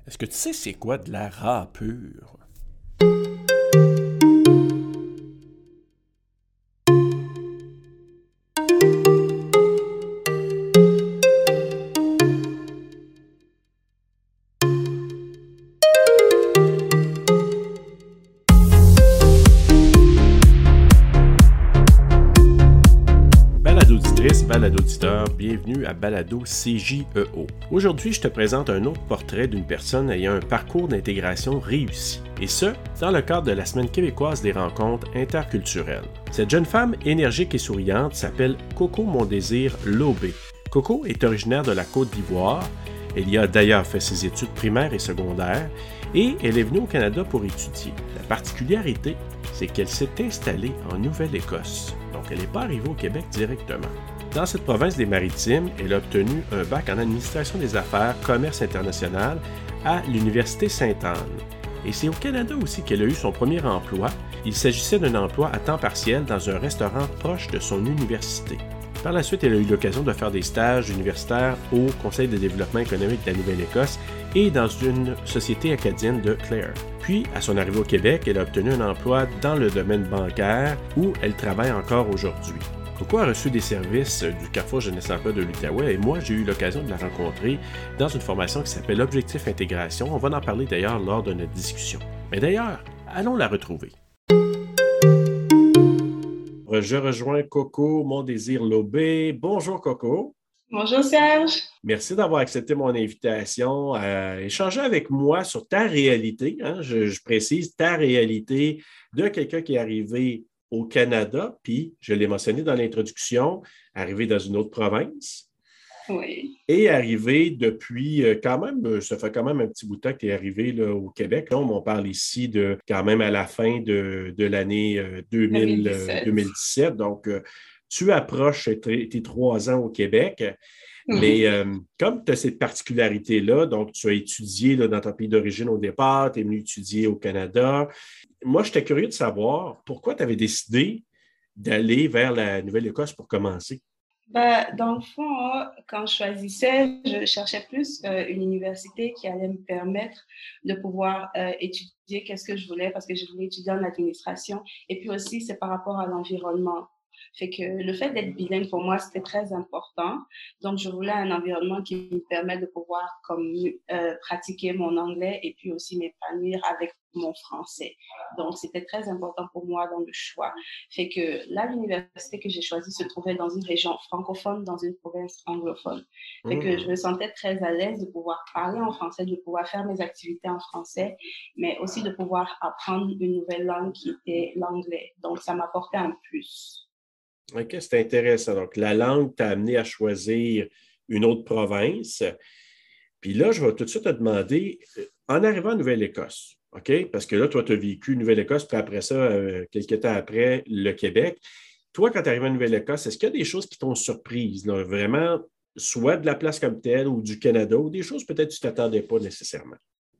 Est-ce que tu sais c'est quoi de la râpure? Balado-auditrice, balado-auditeur, bienvenue à Balado CJEO. Aujourd'hui, je te présente un autre portrait d'une personne ayant un parcours d'intégration réussi. Et ce, dans le cadre de la Semaine québécoise des rencontres interculturelles. Cette jeune femme énergique et souriante s'appelle Coco Mondésir Lobé. Coco est originaire de la Côte d'Ivoire. Elle y a d'ailleurs fait ses études primaires et secondaires et elle est venue au Canada pour étudier. La particularité, c'est qu'elle s'est installée en Nouvelle-Écosse. Donc, elle n'est pas arrivée au Québec directement. Dans cette province des Maritimes, elle a obtenu un bac en administration des affaires, commerce international à l'Université Sainte-Anne. Et c'est au Canada aussi qu'elle a eu son premier emploi. Il s'agissait d'un emploi à temps partiel dans un restaurant proche de son université. Par la suite, elle a eu l'occasion de faire des stages universitaires au Conseil de développement économique de la Nouvelle-Écosse et dans une société acadienne de Clare. Puis, à son arrivée au Québec, elle a obtenu un emploi dans le domaine bancaire où elle travaille encore aujourd'hui. Coco a reçu des services du Carrefour Jeunesse Emploi de l'Outaouais et moi, j'ai eu l'occasion de la rencontrer dans une formation qui s'appelle Objectif Intégration. On va en parler d'ailleurs lors de notre discussion. Mais d'ailleurs, allons la retrouver. Je rejoins Coco Mondésir Lobé. Bonjour Coco. Bonjour Serge. Merci d'avoir accepté mon invitation à échanger avec moi sur ta réalité. Je précise ta réalité de quelqu'un qui est arrivé au Canada, puis je l'ai mentionné dans l'introduction, arrivé dans une autre province. Oui. Et arrivé depuis quand même, ça fait quand même un petit bout de temps que tu es arrivé là, au Québec. Là, on parle ici de quand même à la fin de l'année 2017. 2017. Donc, tu approches tes 3 ans au Québec. Mais Mhm. comme tu as cette particularité-là, donc tu as étudié là, dans ton pays d'origine au départ, tu es venu étudier au Canada. Moi, j'étais curieux de savoir pourquoi tu avais décidé d'aller vers la Nouvelle-Écosse pour commencer. Dans le fond, quand je choisissais, je cherchais plus une université qui allait me permettre de pouvoir étudier qu'est-ce que je voulais parce que je voulais étudier en administration. Et puis aussi, c'est par rapport à l'environnement. Fait que le fait d'être bilingue, pour moi, c'était très important. Donc, je voulais un environnement qui me permette de pouvoir pratiquer mon anglais et puis aussi m'épanouir avec mon français. Donc, c'était très important pour moi dans le choix. Fait que là, l'université que j'ai choisie se trouvait dans une région francophone, dans une province anglophone. Fait que je me sentais très à l'aise de pouvoir parler en français, de pouvoir faire mes activités en français, mais aussi de pouvoir apprendre une nouvelle langue qui était l'anglais. Donc, ça m'apportait un plus. OK, c'est intéressant. Donc, la langue t'a amené à choisir une autre province. Puis là, je vais tout de suite te demander, en arrivant en Nouvelle-Écosse, OK? Parce que là, toi, tu as vécu Nouvelle-Écosse, puis après ça, quelques temps après, le Québec. Toi, quand tu arrives en Nouvelle-Écosse, est-ce qu'il y a des choses qui t'ont surprise, là, vraiment, soit de la place comme telle ou du Canada, ou des choses peut-être que tu ne t'attendais pas nécessairement?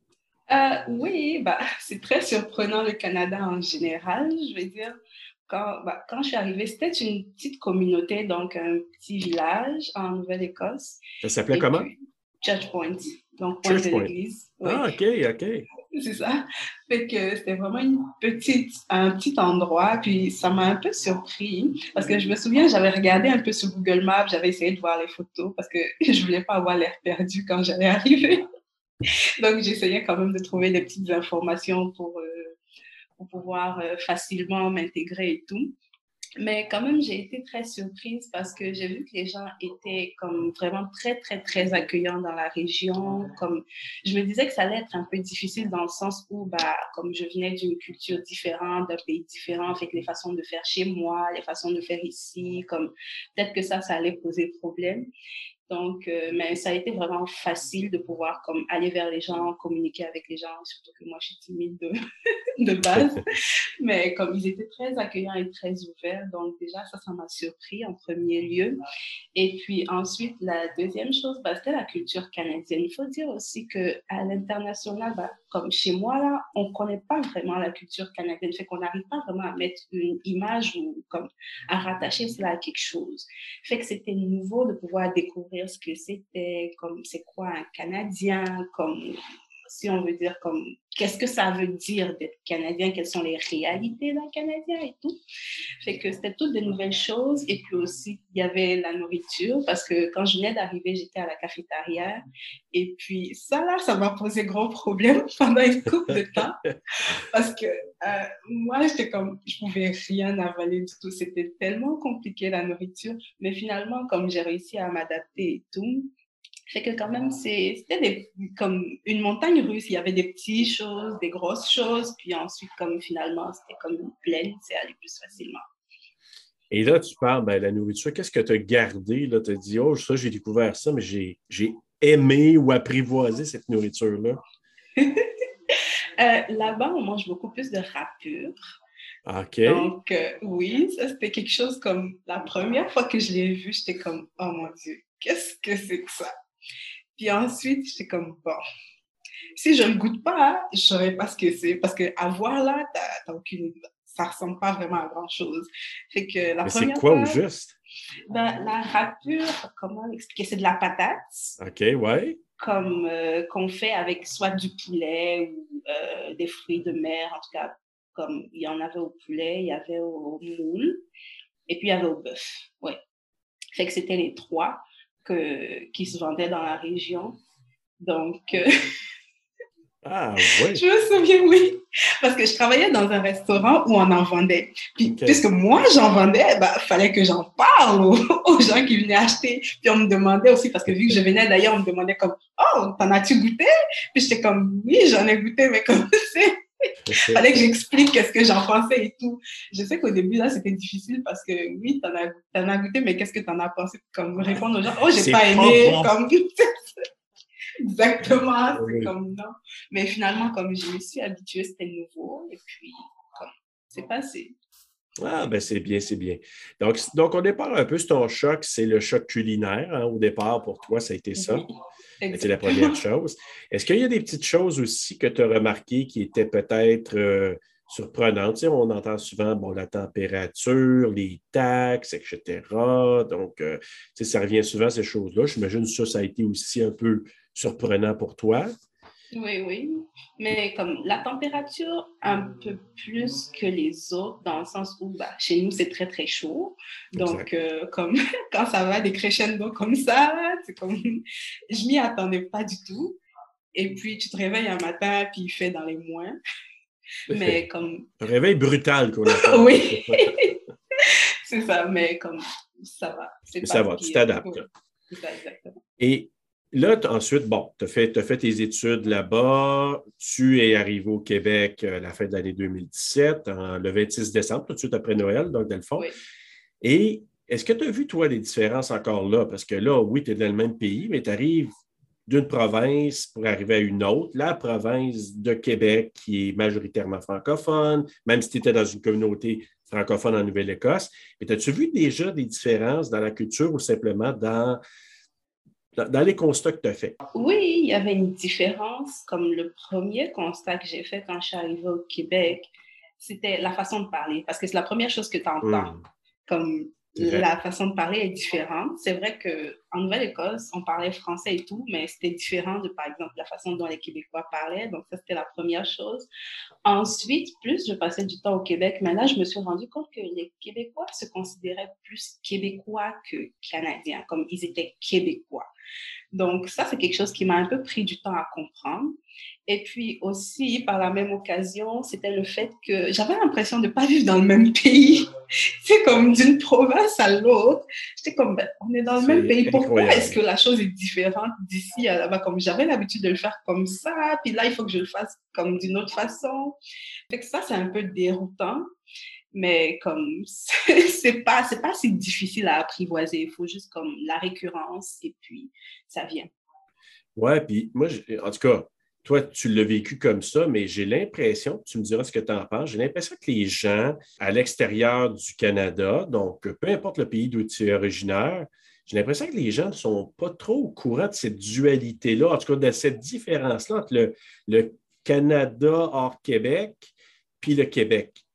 Oui, c'est très surprenant le Canada en général, je veux dire. Quand je suis arrivée, c'était une petite communauté, donc un petit village en Nouvelle-Écosse. Ça s'appelait Et comment? puis, Church Point, donc Pointe de Church Point. l'Église, oui. Ah, OK, OK. C'est ça. Fait que c'était vraiment un petit endroit. Puis ça m'a un peu surpris parce que je me souviens, j'avais regardé un peu sur Google Maps, j'avais essayé de voir les photos parce que je voulais pas avoir l'air perdu quand j'allais arriver. Donc j'essayais quand même de trouver des petites informations pour pouvoir facilement m'intégrer et tout. Mais quand même, j'ai été très surprise parce que j'ai vu que les gens étaient comme vraiment très, très, très accueillants dans la région. Comme, je me disais que ça allait être un peu difficile dans le sens où, comme je venais d'une culture différente, d'un pays différent, fait que les façons de faire chez moi, les façons de faire ici, comme, peut-être que ça allait poser problème. Donc, mais ça a été vraiment facile de pouvoir comme aller vers les gens, communiquer avec les gens, surtout que moi je suis timide de base. Mais comme ils étaient très accueillants et très ouverts, donc déjà ça m'a surpris en premier lieu. Et puis ensuite, la deuxième chose, c'était la culture canadienne. Il faut dire aussi que à l'international, comme chez moi là, on connaît pas vraiment la culture canadienne, fait qu'on n'arrive pas vraiment à mettre une image ou comme à rattacher cela à quelque chose. Fait que c'était nouveau de pouvoir découvrir ce que c'était, comme c'est quoi un Canadien, comme si on veut dire comme qu'est-ce que ça veut dire d'être Canadien, quelles sont les réalités d'un Canadien et tout. Fait que c'était toutes des nouvelles choses. Et puis aussi, il y avait la nourriture, parce que quand je venais d'arriver, j'étais à la cafétéria. Et puis ça m'a posé gros problème pendant une couple de temps. Parce que moi, j'étais comme, je pouvais rien avaler du tout. C'était tellement compliqué, la nourriture. Mais finalement, comme j'ai réussi à m'adapter et tout, fait que quand même, c'était comme une montagne russe. Il y avait des petites choses, des grosses choses. Puis ensuite, comme finalement, c'était comme une plaine, c'est allé plus facilement. Et là, tu parles, ben, la nourriture, qu'est-ce que tu as gardé? Tu as dit, oh, ça, j'ai découvert ça, mais j'ai aimé ou apprivoisé cette nourriture-là. Là-bas, on mange beaucoup plus de râpure. OK. Donc, oui, ça, c'était quelque chose comme la première fois que je l'ai vu, j'étais comme, oh mon Dieu, qu'est-ce que c'est que ça? Puis ensuite, j'étais comme, bon, si je ne le goûte pas, je ne saurais pas ce que c'est. Parce que à voir là, t'as aucune, ça ressemble pas vraiment à grand-chose. Fait que la Mais c'est première quoi au fois, juste? ben, la râpure, comment l'expliquer? C'est de la patate. OK, ouais. Comme qu'on fait avec soit du poulet ou des fruits de mer, en tout cas, comme il y en avait au poulet, il y avait au moule, et puis il y avait au bœuf. Ouais. Fait que c'était les trois qui se vendaient dans la région. Donc, Ah, oui. je me souviens, oui, parce que je travaillais dans un restaurant où on en vendait. Puis, OK. puisque moi, j'en vendais, bah, fallait que j'en parle aux gens qui venaient acheter. Puis, on me demandait aussi, parce que vu que je venais d'ailleurs, on me demandait comme, oh, t'en as-tu goûté? Puis, j'étais comme, oui, j'en ai goûté, mais comme c'est... Fallait que j'explique qu'est-ce que j'en pensais et tout. Je sais qu'au début, là, c'était difficile parce que oui, t'en as goûté, mais qu'est-ce que t'en as pensé? Comme répondre aux gens, oh, j'ai C'est pas aimé, bon. comme... Exactement, c'est Oui. comme non. Mais finalement, comme je me suis habituée, c'était nouveau. Et puis, comme, c'est passé. Ah, ben c'est bien, c'est bien. Donc, on départ un peu sur ton choc, c'est le choc culinaire. Hein, au départ, pour toi, ça a été ça. Oui, C'est la première exactement. chose. Est-ce qu'il y a des petites choses aussi que tu as remarquées qui étaient peut-être surprenantes? Tu sais, on entend souvent bon, la température, les taxes, etc. Donc, tu sais, ça revient souvent, ces choses-là. J'imagine que ça a été aussi un peu surprenant pour toi. Oui, oui. Mais comme la température, un peu plus que les autres, dans le sens où bah, chez nous, c'est très, très chaud. Donc, Exact. comme quand ça va des crescendo comme ça, c'est comme, je m'y attendais pas du tout. Et puis, tu te réveilles un matin, puis il fait dans les moins. Mais comme, Un réveil brutal qu'on appelle. oui, c'est ça, mais comme, ça va, c'est Mais pas ça va, tu pire. t'adaptes. Oui, c'est ça, exactement. Et là, ensuite, bon, tu as fait tes études là-bas. Tu es arrivé au Québec à la fin de l'année 2017, le 26 décembre, tout de suite après Noël, donc dans le fond. Oui. Et est-ce que tu as vu, toi, des différences encore là? Parce que là, oui, tu es dans le même pays, mais tu arrives d'une province pour arriver à une autre, la province de Québec qui est majoritairement francophone, même si tu étais dans une communauté francophone en Nouvelle-Écosse. Mais as-tu vu déjà des différences dans la culture ou simplement dans les constats que tu as faits? Oui, il y avait une différence. Comme le premier constat que j'ai fait quand je suis arrivée au Québec, c'était la façon de parler. Parce que c'est la première chose que tu entends. Comme C'est vrai. la façon de parler est différente. C'est vrai qu'en Nouvelle-Écosse, on parlait français et tout, mais c'était différent de, par exemple, la façon dont les Québécois parlaient. Donc, ça, c'était la première chose. Ensuite, plus je passais du temps au Québec, mais là, je me suis rendu compte que les Québécois se considéraient plus Québécois que Canadiens, comme ils étaient Québécois. Donc, ça, c'est quelque chose qui m'a un peu pris du temps à comprendre. Et puis aussi, par la même occasion, c'était le fait que j'avais l'impression de ne pas vivre dans le même pays. C'est comme d'une province à l'autre. J'étais comme, ben, on est dans le même C'est pays. Pourquoi est-ce incroyable. que la chose est différente d'ici à là-bas? Comme j'avais l'habitude de le faire comme ça, puis là, il faut que je le fasse comme d'une autre façon. Fait que ça, c'est un peu déroutant. Mais comme c'est pas si difficile à apprivoiser, il faut juste comme la récurrence et puis ça vient. Ouais, puis moi, en tout cas, toi, tu l'as vécu comme ça, mais j'ai l'impression, tu me diras ce que tu en penses, j'ai l'impression que les gens à l'extérieur du Canada, donc peu importe le pays d'où tu es originaire, j'ai l'impression que les gens ne sont pas trop au courant de cette dualité-là, en tout cas de cette différence-là entre le Canada hors Québec puis le Québec.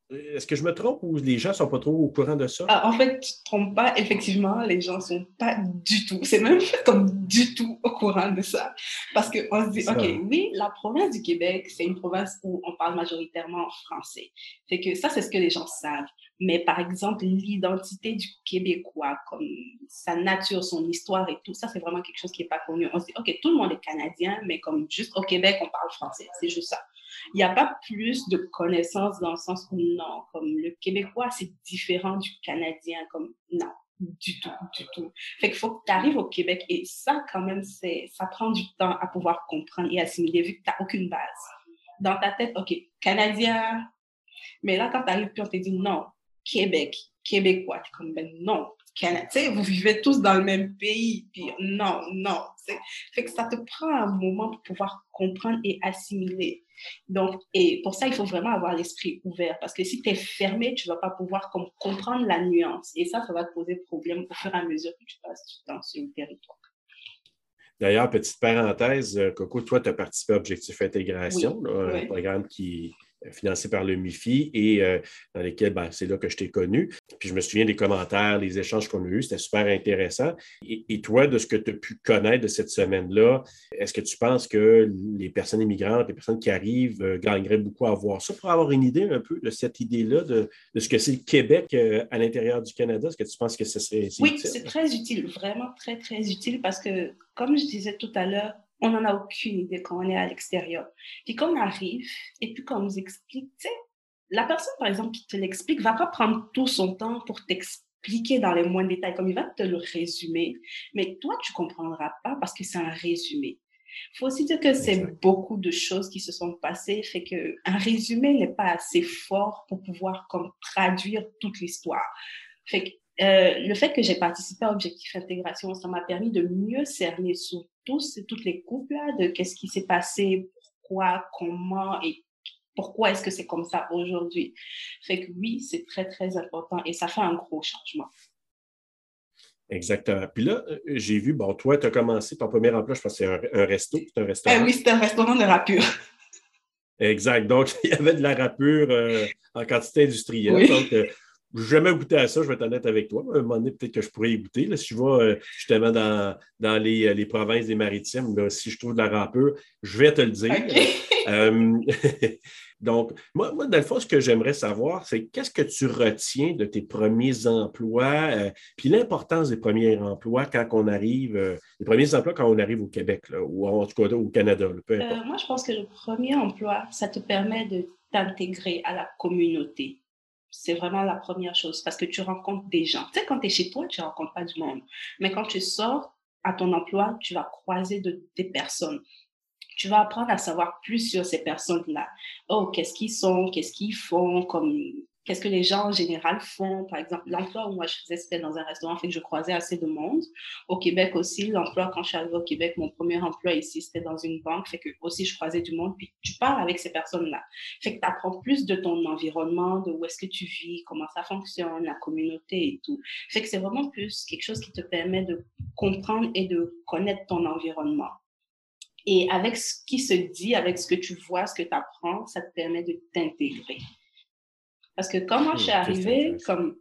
Est-ce que je me trompe ou les gens ne sont pas trop au courant de ça? En fait, tu ne te trompes pas, effectivement, les gens ne sont pas du tout, c'est même comme du tout au courant de ça. Parce qu'on se dit, Ça, OK, hein? oui, la province du Québec, c'est une province où on parle majoritairement français. Fait que ça, c'est ce que les gens savent. Mais par exemple, l'identité du Québécois, comme sa nature, son histoire et tout, ça, c'est vraiment quelque chose qui n'est pas connu. On se dit, OK, tout le monde est canadien, mais comme juste au Québec, on parle français. C'est juste ça. Il n'y a pas plus de connaissances dans le sens où non, comme le Québécois, c'est différent du Canadien, comme non, du tout, du tout. Fait qu'il faut que tu arrives au Québec et ça, quand même, ça prend du temps à pouvoir comprendre et assimiler vu que tu n'as aucune base. Dans ta tête, OK, Canadien, mais là, quand tu arrives, puis on te dit non, Québec, Québécois, tu es comme ben non. Tu sais, vous vivez tous dans le même pays, puis non, non. Fait que ça te prend un moment pour pouvoir comprendre et assimiler. Donc, et pour ça, il faut vraiment avoir l'esprit ouvert, parce que si tu es fermé, tu ne vas pas pouvoir comprendre la nuance. Et ça va te poser problème au fur et à mesure que tu passes du temps sur le territoire. D'ailleurs, petite parenthèse, Coco, toi, tu as participé à Objectif Oui, Intégration, là, un oui. programme qui est financé par le MIFI et dans lequel c'est là que je t'ai connu. Puis je me souviens des commentaires, les échanges qu'on a eus, c'était super intéressant. Et toi, de ce que tu as pu connaître de cette semaine-là, est-ce que tu penses que les personnes immigrantes, les personnes qui arrivent, gagneraient beaucoup à voir ça pour avoir une idée un peu de cette idée-là, de ce que c'est le Québec à l'intérieur du Canada? Est-ce que tu penses que c'est Oui, utile? c'est très utile, vraiment très, très utile parce que, comme je disais tout à l'heure, on n'en a aucune idée quand on est à l'extérieur. Puis quand on arrive, et puis quand on nous explique, tu sais, la personne, par exemple, qui te l'explique, va pas prendre tout son temps pour t'expliquer dans les moindres détails, comme il va te le résumer, mais toi, tu comprendras pas parce que c'est un résumé. Il faut aussi dire que Exact. c'est beaucoup de choses qui se sont passées, fait que un résumé n'est pas assez fort pour pouvoir comme traduire toute l'histoire. Fait que le fait que j'ai participé à Objectif Intégration, ça m'a permis de mieux cerner sur toutes les coupes là, de qu'est-ce qui s'est passé, pourquoi, comment et pourquoi est-ce que c'est comme ça aujourd'hui. Fait que oui, c'est très, très important et ça fait un gros changement. Exactement. Puis là, j'ai vu, bon, toi, tu as commencé ton premier emploi, je pense que c'est un resto, c'est un Oui, restaurant. c'était un restaurant de rapure. Exact. Donc, il y avait de la râpure en quantité industrielle. Oui. Donc, je n'ai jamais goûté à ça, je vais être honnête avec toi. À un moment donné, peut-être que je pourrais y goûter. Là, si je vais justement dans les provinces des Maritimes, là, si je trouve de la râpure, je vais te le dire. OK. Euh, donc, moi, dans le fond, ce que j'aimerais savoir, c'est qu'est-ce que tu retiens de tes premiers emplois, puis l'importance des premiers emplois quand on arrive, les premiers emplois quand on arrive au Québec, là, ou en tout cas au Canada, là, peu importe. Moi, je pense que le premier emploi, ça te permet de t'intégrer à la communauté. C'est vraiment la première chose parce que tu rencontres des gens. Tu sais, quand tu es chez toi, tu ne rencontres pas du monde. Mais quand tu sors à ton emploi, tu vas croiser des personnes. Tu vas apprendre à savoir plus sur ces personnes-là. Oh, qu'est-ce qu'ils sont, qu'est-ce qu'ils font, comme, qu'est-ce que les gens en général font. Par exemple, l'emploi où moi je faisais, c'était dans un restaurant, fait que je croisais assez de monde. Au Québec aussi, l'emploi, quand je suis arrivée au Québec, mon premier emploi ici, c'était dans une banque, fait que aussi je croisais du monde, puis tu parles avec ces personnes-là. Fait que tu apprends plus de ton environnement, de où est-ce que tu vis, comment ça fonctionne, la communauté et tout. Fait que c'est vraiment plus quelque chose qui te permet de comprendre et de connaître ton environnement. Et avec ce qui se dit, avec ce que tu vois, ce que tu apprends, ça te permet de t'intégrer. Parce que quand moi je suis Ça, c'est arrivée, intéressant. comme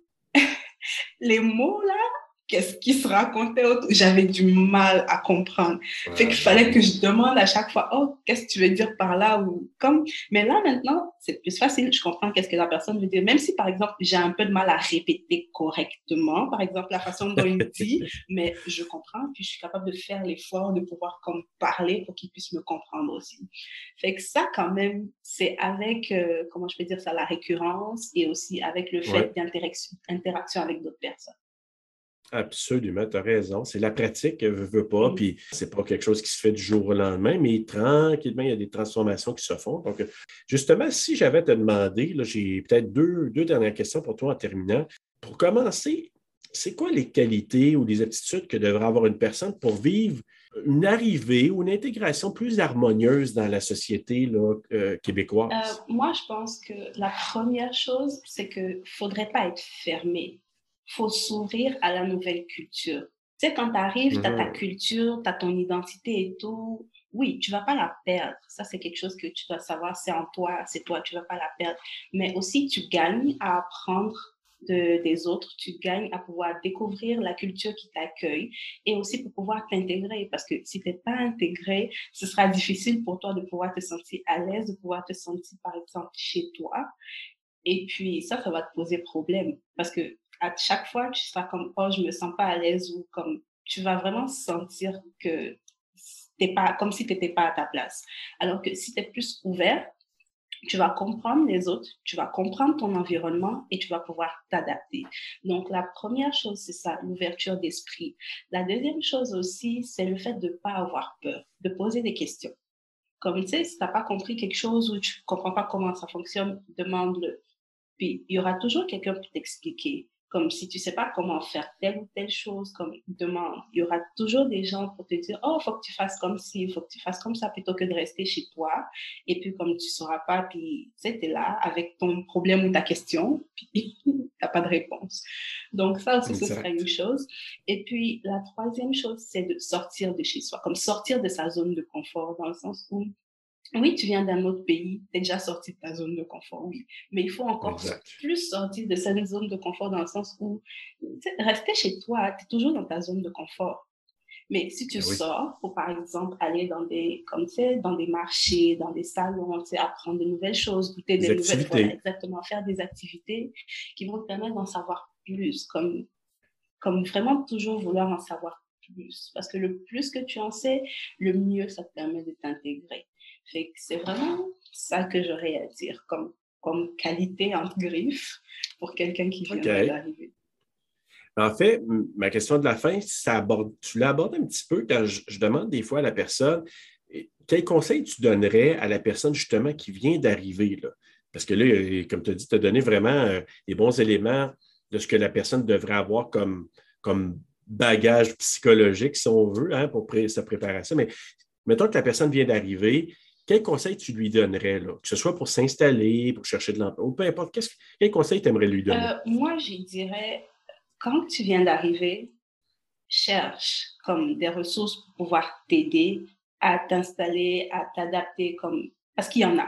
les mots là, qu'est-ce qui se racontait autour, j'avais du mal à comprendre. Fait qu'il Ben fallait que oui. je demande à chaque fois, oh, qu'est-ce que tu veux dire par là ou comme. Mais là maintenant, c'est plus facile, je comprends qu'est-ce que la personne veut dire. Même si par exemple j'ai un peu de mal à répéter correctement, par exemple la façon dont il dit, mais je comprends puis je suis capable de faire l'effort de pouvoir comme parler pour qu'il puisse me comprendre aussi. Fait que ça quand même, c'est avec comment je peux dire ça, la récurrence et aussi avec le Oui, fait d'interaction avec d'autres personnes. absolument, tu as raison. C'est la pratique, veut pas, Mm. puis c'est pas quelque chose qui se fait du jour au lendemain, mais tranquillement, il y a des transformations qui se font. Donc, justement, si j'avais à te demander, là, j'ai peut-être deux dernières questions pour toi en terminant. Pour commencer, c'est quoi les qualités ou les aptitudes que devrait avoir une personne pour vivre une arrivée ou une intégration plus harmonieuse dans la société là, québécoise? Moi, je pense que la première chose, c'est qu'il ne faudrait pas être fermé. Il faut s'ouvrir à la nouvelle culture. Tu sais, quand tu arrives, tu as ta Mhm. culture, tu as ton identité et tout. Oui, tu vas pas la perdre. Ça, c'est quelque chose que tu dois savoir. C'est en toi, c'est toi, tu vas pas la perdre. Mais aussi, tu gagnes à apprendre des autres. Tu gagnes à pouvoir découvrir la culture qui t'accueille et aussi pour pouvoir t'intégrer. Parce que si tu n'es pas intégré, ce sera difficile pour toi de pouvoir te sentir à l'aise, de pouvoir te sentir, par exemple, chez toi. Et puis, ça va te poser problème. Parce que à chaque fois, tu seras comme, oh, je me sens pas à l'aise ou comme, tu vas vraiment sentir que t'es pas, comme si tu n'étais pas à ta place. Alors que si tu es plus ouvert, tu vas comprendre les autres, tu vas comprendre ton environnement et tu vas pouvoir t'adapter. Donc, la première chose, c'est ça, l'ouverture d'esprit. La deuxième chose aussi, c'est le fait de ne pas avoir peur, de poser des questions. Comme tu sais, si tu n'as pas compris quelque chose ou tu ne comprends pas comment ça fonctionne, demande-le. Puis, il y aura toujours quelqu'un pour t'expliquer. Comme si tu sais pas comment faire telle ou telle chose, comme demande. Il y aura toujours des gens pour te dire, oh, faut que tu fasses comme ci, faut que tu fasses comme ça, plutôt que de rester chez toi. Et puis, comme tu sauras pas, puis, tu sais, t'es là avec ton problème ou ta question, puis t'as pas de réponse. Donc, ça aussi, ce serait une Exact. chose. Et puis, la troisième chose, c'est de sortir de chez soi, comme sortir de sa zone de confort, dans le sens où oui, tu viens d'un autre pays, tu es déjà sorti de ta zone de confort, oui. Mais il faut encore Exact. plus sortir de cette zone de confort dans le sens où rester chez toi, tu es toujours dans ta zone de confort. Mais si tu Ben oui. sors pour, par exemple, aller dans des, comme tu sais, dans des marchés, dans des salons, tu sais, apprendre de nouvelles choses, goûter Des des nouvelles, voilà, activités. exactement, faire des activités qui vont te permettre d'en savoir plus, comme vraiment toujours vouloir en savoir plus. Parce que le plus que tu en sais, le mieux ça te permet de t'intégrer. Fait que c'est vraiment ça que j'aurais à dire comme qualité entre griffes pour quelqu'un qui viendrait OK. d'arriver. En fait, ma question de la fin, tu l'as abordé un petit peu quand je demande des fois à la personne, quel conseil tu donnerais à la personne justement qui vient d'arriver, là? Parce que là, comme tu as dit, tu as donné vraiment les bons éléments de ce que la personne devrait avoir comme bagage psychologique, si on veut, hein, pour se préparer à ça. Mais mettons que la personne vient d'arriver, quel conseil tu lui donnerais, là? Que ce soit pour s'installer, pour chercher de l'emploi, ou peu importe, quel conseil tu aimerais lui donner? Moi, je dirais, quand tu viens d'arriver, cherche comme des ressources pour pouvoir t'aider à t'installer, à t'adapter, comme parce qu'il y en a.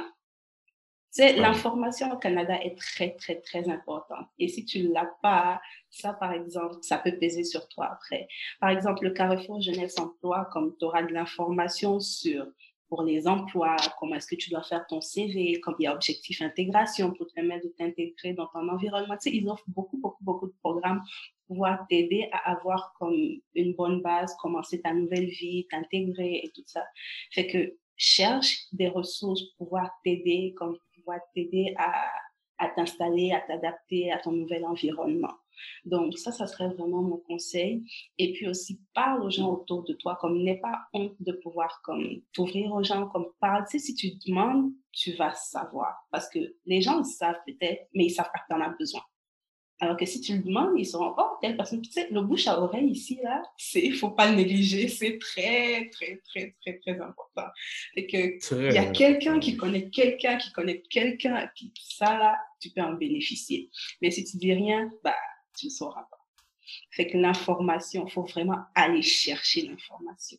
C'est Ah oui. l'information au Canada est très, très, très importante. Et si tu ne l'as pas, ça, par exemple, ça peut peser sur toi après. Par exemple, le Carrefour Jeunesse Emploi, comme tu auras de l'information sur pour les emplois, comment est-ce que tu dois faire ton CV, comme il y a Objectif Intégration pour te permettre de t'intégrer dans ton environnement. Tu sais, ils offrent beaucoup, beaucoup, beaucoup de programmes pour pouvoir t'aider à avoir comme une bonne base, commencer ta nouvelle vie, t'intégrer et tout ça. Fait que cherche des ressources pour pouvoir t'aider, comme pouvoir t'aider à t'installer, à t'adapter à ton nouvel environnement. Donc ça serait vraiment mon conseil. Et puis aussi, parle aux gens autour de toi, comme n'aie pas honte de pouvoir comme t'ouvrir aux gens, comme parle. Tu sais, si tu demandes, tu vas savoir. Parce que les gens le savent peut-être, mais ils savent pas que tu en as besoin. Alors que si tu le demandes, ils seront, oh, telle personne, tu sais, le bouche à oreille ici, là, faut pas le négliger, c'est très, très, très, très, très important. Et que, il y Très a important, quelqu'un qui oui. connaît quelqu'un qui connaît quelqu'un, et puis ça, là, tu peux en bénéficier. Mais si tu dis rien, bah, tu ne sauras pas. Fait que l'information, faut vraiment aller chercher l'information.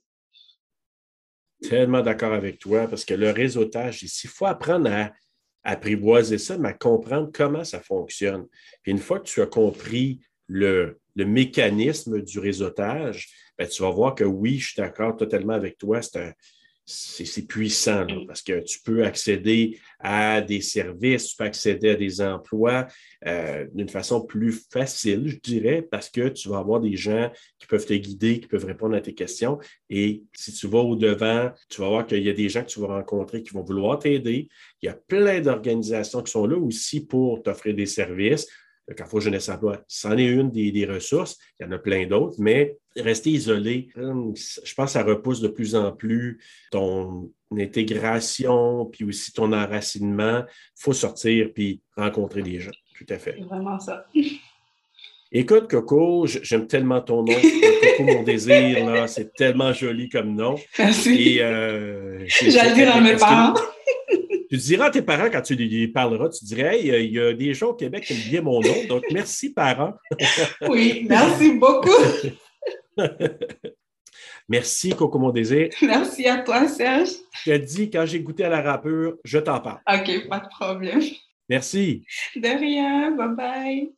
Tellement d'accord avec toi parce que le réseautage ici, il faut apprendre à apprivoiser ça, mais à comprendre comment ça fonctionne. Puis une fois que tu as compris le mécanisme du réseautage, ben, tu vas voir que oui, je suis d'accord totalement avec toi. C'est puissant là, Mm. parce que tu peux accéder à des services, tu peux accéder à des emplois d'une façon plus facile, je dirais, parce que tu vas avoir des gens qui peuvent te guider, qui peuvent répondre à tes questions. Et si tu vas au-devant, tu vas voir qu'il y a des gens que tu vas rencontrer qui vont vouloir t'aider. Il y a plein d'organisations qui sont là aussi pour t'offrir des services. Le Carrefour Jeunesse Emploi, c'en est une des ressources. Il y en a plein d'autres, mais rester isolé, je pense que ça repousse de plus en plus ton intégration, puis aussi ton enracinement. Il faut sortir puis rencontrer des gens. Tout à C'est fait. vraiment ça. Écoute, Coco, j'aime tellement ton nom. Coco, mon désir, là, c'est tellement joli comme nom. Et Merci. Je vais le dire à mes est-ce que parents. tu diras à tes parents quand tu lui parleras, tu dirais, hey, il y a des gens au Québec qui aiment bien mon nom, donc merci, parents. Oui, merci beaucoup. Merci, Coco Mon Désir. Merci à toi, Serge. Je te dis, quand j'ai goûté à la râpure, je t'en parle. OK, pas de problème. Merci. De rien. Bye-bye.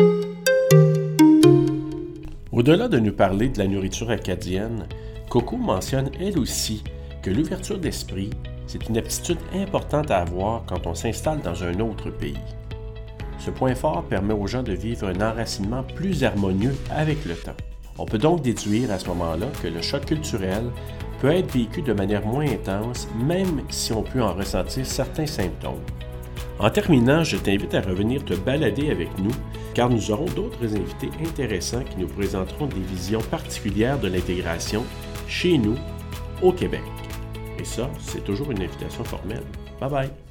Au-delà de nous parler de la nourriture acadienne, Coco mentionne elle aussi que l'ouverture d'esprit, c'est une aptitude importante à avoir quand on s'installe dans un autre pays. Ce point fort permet aux gens de vivre un enracinement plus harmonieux avec le temps. On peut donc déduire à ce moment-là que le choc culturel peut être vécu de manière moins intense, même si on peut en ressentir certains symptômes. En terminant, je t'invite à revenir te balader avec nous, car nous aurons d'autres invités intéressants qui nous présenteront des visions particulières de l'intégration chez nous, au Québec. Et ça, c'est toujours une invitation formelle. Bye bye!